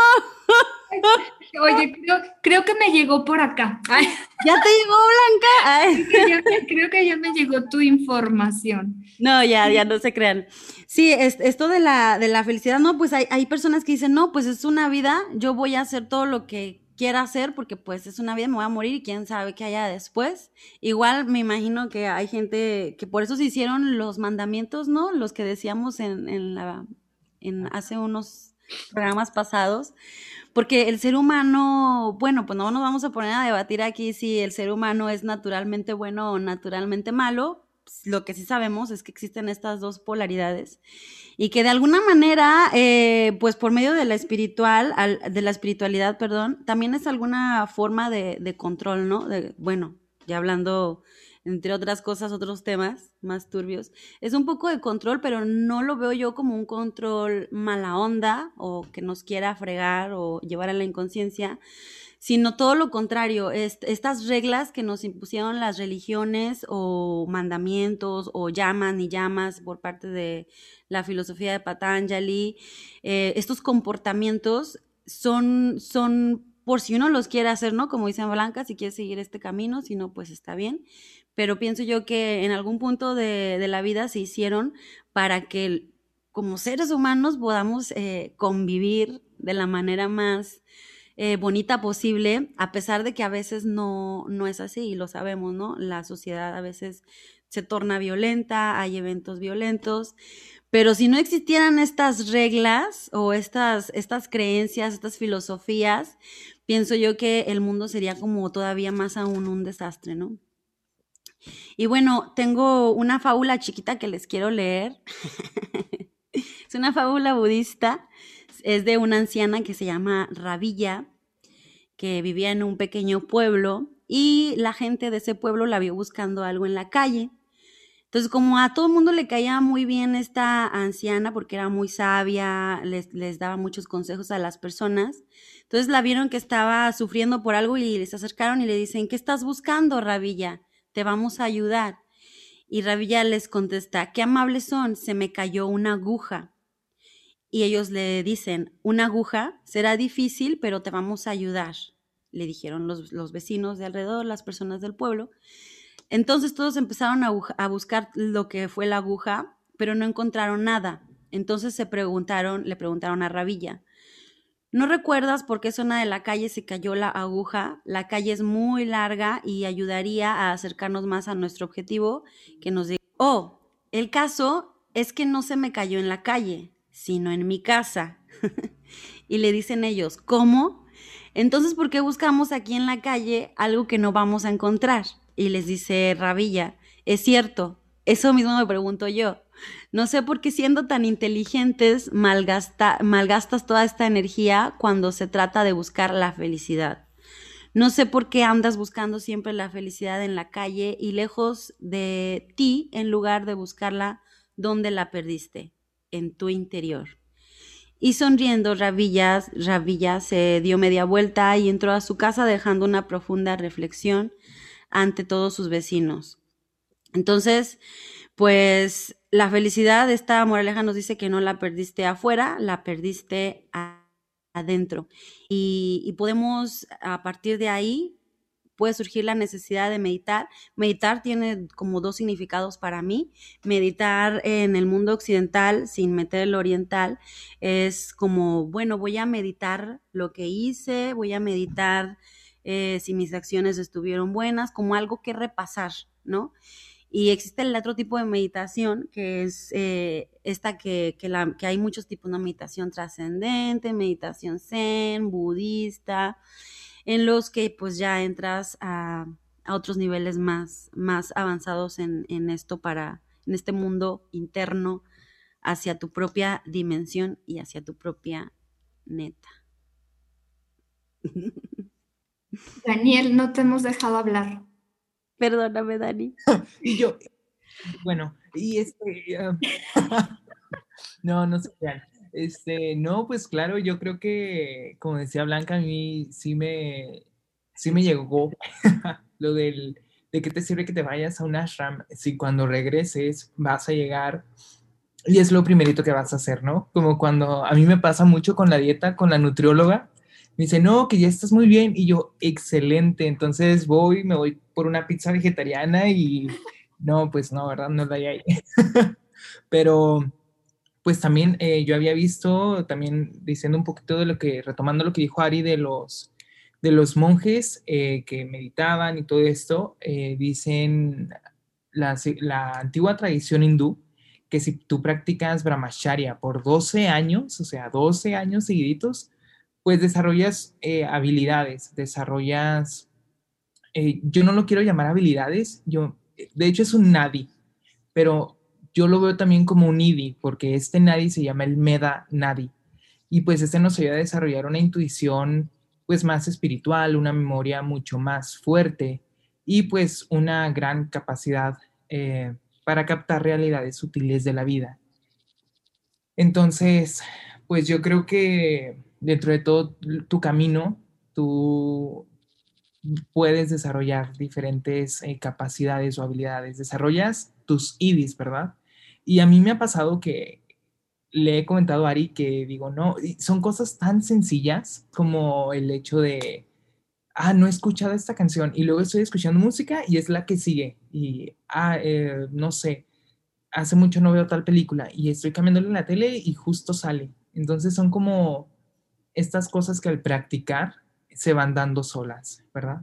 Oye, creo, creo que me llegó por acá. Ay, ¿Ya te llegó, Blanca? Ay. creo que ya me, creo que ya me llegó tu información. No, ya, ya no se crean. Sí, es- esto de la, de la felicidad, no, pues hay, hay personas que dicen, no, pues es una vida, yo voy a hacer todo lo que quiera hacer porque pues es una vida, me voy a morir y quién sabe qué haya después. Igual me imagino que hay gente que por eso se hicieron los mandamientos, ¿no? Los que decíamos en, en la, en hace unos programas pasados, porque el ser humano, bueno, pues no nos vamos a poner a debatir aquí si el ser humano es naturalmente bueno o naturalmente malo. Pues, lo que sí sabemos es que existen estas dos polaridades y que de alguna manera, eh, pues por medio de la espiritual, al- de la espiritualidad, perdón, también es alguna forma de, de control, ¿no? De, bueno, ya hablando, entre otras cosas, otros temas más turbios, es un poco de control, pero no lo veo yo como un control mala onda o que nos quiera fregar o llevar a la inconsciencia, sino todo lo contrario, est estas reglas que nos impusieron las religiones o mandamientos o llamas ni llamas por parte de la filosofía de Patanjali, eh, estos comportamientos son, son por si uno los quiere hacer, ¿no? Como dice Blanca, si quiere seguir este camino, si no, pues está bien. Pero pienso yo que en algún punto de, de la vida se hicieron para que como seres humanos podamos eh, convivir de la manera más eh, bonita posible, a pesar de que a veces no, no es así y lo sabemos, ¿no? La sociedad a veces se torna violenta, hay eventos violentos, pero si no existieran estas reglas o estas, estas creencias, estas filosofías, pienso yo que el mundo sería como todavía más aún un desastre, ¿no? Y bueno, tengo una fábula chiquita que les quiero leer. Es una fábula budista. es de una anciana que se llama Rabilla, que vivía en un pequeño pueblo y la gente de ese pueblo la vio buscando algo en la calle. Entonces, como a todo el mundo le caía muy bien esta anciana porque era muy sabia, les, les daba muchos consejos a las personas, entonces la vieron que estaba sufriendo por algo y les acercaron y le dicen, ¿qué estás buscando, Rabilla? Te vamos a ayudar. Y Rabilla les contesta, qué amables son, se me cayó una aguja. Y ellos le dicen, una aguja será difícil, pero te vamos a ayudar, le dijeron los, los vecinos de alrededor, las personas del pueblo. Entonces todos empezaron a, a buscar lo que fue la aguja, pero no encontraron nada. Entonces se preguntaron, le preguntaron a Rabilla, ¿no recuerdas por qué zona de la calle se cayó la aguja? La calle es muy larga y ayudaría a acercarnos más a nuestro objetivo que nos diga, oh, el caso es que no se me cayó en la calle, sino en mi casa. Y le dicen ellos, ¿cómo? Entonces, ¿por qué buscamos aquí en la calle algo que no vamos a encontrar? Y les dice Rabilla, es cierto, eso mismo me pregunto yo. No sé por qué siendo tan inteligentes malgasta, malgastas toda esta energía cuando se trata de buscar la felicidad. No sé por qué andas buscando siempre la felicidad en la calle y lejos de ti en lugar de buscarla donde la perdiste, en tu interior. Y sonriendo, Rabilla, Rabilla se dio media vuelta y entró a su casa dejando una profunda reflexión ante todos sus vecinos. Entonces, pues la felicidad, esta moraleja nos dice que no la perdiste afuera, la perdiste a, adentro. Y, y podemos, a partir de ahí, puede surgir la necesidad de meditar. Meditar tiene como dos significados para mí. Meditar en el mundo occidental, sin meter el oriental, es como, bueno, voy a meditar lo que hice, voy a meditar eh, si mis acciones estuvieron buenas, como algo que repasar, ¿no? Y existe el otro tipo de meditación, que es eh, esta que, que, la, que hay muchos tipos, ¿no? Meditación trascendente, meditación zen, budista, en los que pues ya entras a, a otros niveles más, más avanzados en, en esto para, en este mundo interno, hacia tu propia dimensión y hacia tu propia neta. Daniel, no te hemos dejado hablar. Perdóname, Dani. Y yo, bueno, y este, uh, no, no sé, este, no, pues claro, yo creo que, como decía Blanca, a mí sí me, sí me llegó lo del, de qué te sirve que te vayas a un ashram si cuando regreses vas a llegar y es lo primerito que vas a hacer, ¿no? Como cuando a mí me pasa mucho con la dieta, con la nutrióloga, me dice, no, que ya estás muy bien, y yo, excelente, entonces voy, me voy por una pizza vegetariana y no, pues no, ¿verdad? No la hay ahí. Pero, pues también eh, yo había visto, también diciendo un poquito de lo que, retomando lo que dijo Ari de los, de los monjes eh, que meditaban y todo esto, eh, dicen la, la antigua tradición hindú, que si tú practicas brahmacharya por doce años, o sea, doce años seguiditos, pues desarrollas eh, habilidades, desarrollas, eh, yo no lo quiero llamar habilidades, yo, de hecho es un nadi, pero yo lo veo también como un nidi, porque este nadi se llama el Meda Nadi, y pues este nos ayuda a desarrollar una intuición pues más espiritual, una memoria mucho más fuerte y pues una gran capacidad eh, para captar realidades sutiles de la vida. Entonces, pues yo creo que dentro de todo tu camino, tú puedes desarrollar diferentes eh, capacidades o habilidades. Desarrollas tus I D Is, ¿verdad? Y a mí me ha pasado que le he comentado a Ari que digo, no, son cosas tan sencillas como el hecho de, ah, no he escuchado esta canción y luego estoy escuchando música y es la que sigue. Y, ah, eh, no sé, hace mucho no veo tal película y estoy cambiándole en la tele y justo sale. Entonces son como estas cosas que al practicar se van dando solas, ¿verdad?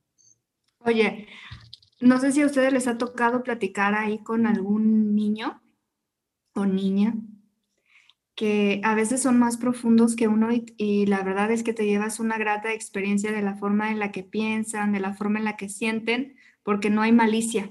Oye, no sé si a ustedes les ha tocado platicar ahí con algún niño o niña que a veces son más profundos que uno y, y la verdad es que te llevas una grata experiencia de la forma en la que piensan, de la forma en la que sienten, porque no hay malicia.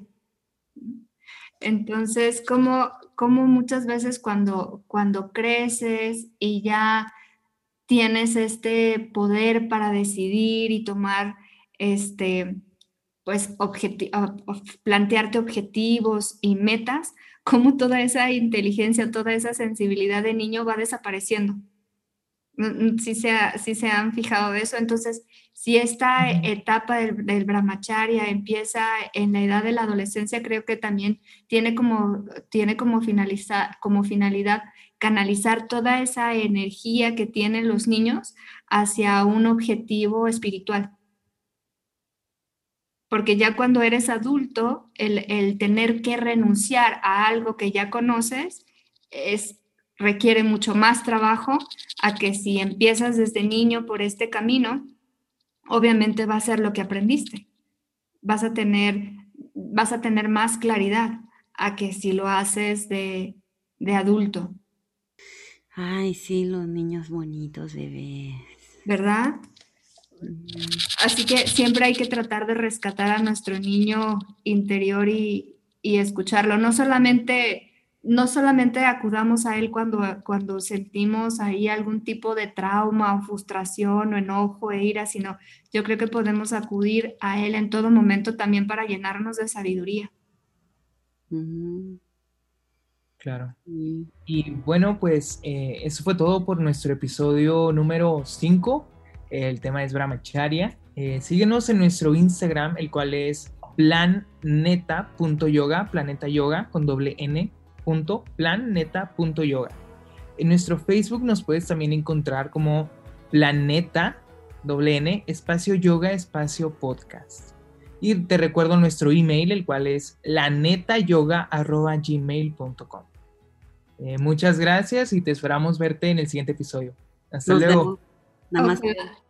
Entonces, como, como muchas veces cuando, cuando creces y ya tienes este poder para decidir y tomar, este, pues, objeti- plantearte objetivos y metas, cómo toda esa inteligencia, toda esa sensibilidad de niño va desapareciendo. Si se, ha, si se han fijado de eso. Entonces, si esta uh-huh. etapa del, del brahmacharya empieza en la edad de la adolescencia, creo que también tiene como, tiene como, finalizar, como finalidad canalizar toda esa energía que tienen los niños hacia un objetivo espiritual. Porque ya cuando eres adulto, el, el tener que renunciar a algo que ya conoces es, requiere mucho más trabajo a que si empiezas desde niño por este camino, obviamente va a ser lo que aprendiste. Vas a tener, vas a tener más claridad a que si lo haces de, de adulto. Ay, sí, los niños bonitos, bebés. ¿Verdad? Así que siempre hay que tratar de rescatar a nuestro niño interior y, y escucharlo. No solamente, no solamente acudamos a él cuando, cuando sentimos ahí algún tipo de trauma o frustración o enojo e ira, sino yo creo que podemos acudir a él en todo momento también para llenarnos de sabiduría. Uh-huh. Claro. Uh-huh. Y bueno, pues eh, eso fue todo por nuestro episodio número cinco. El tema es brahmacharya. Eh, síguenos en nuestro Instagram, el cual es planeta punto yoga, planeta yoga con doble n, punto planeta punto yoga. En nuestro Facebook nos puedes también encontrar como planeta, doble n, espacio yoga, espacio podcast. Y te recuerdo nuestro email, el cual es lanetayoga arroba gmail punto com. Eh, muchas gracias y te esperamos verte en el siguiente episodio. Hasta Nos luego. Vemos. Nada más. Okay.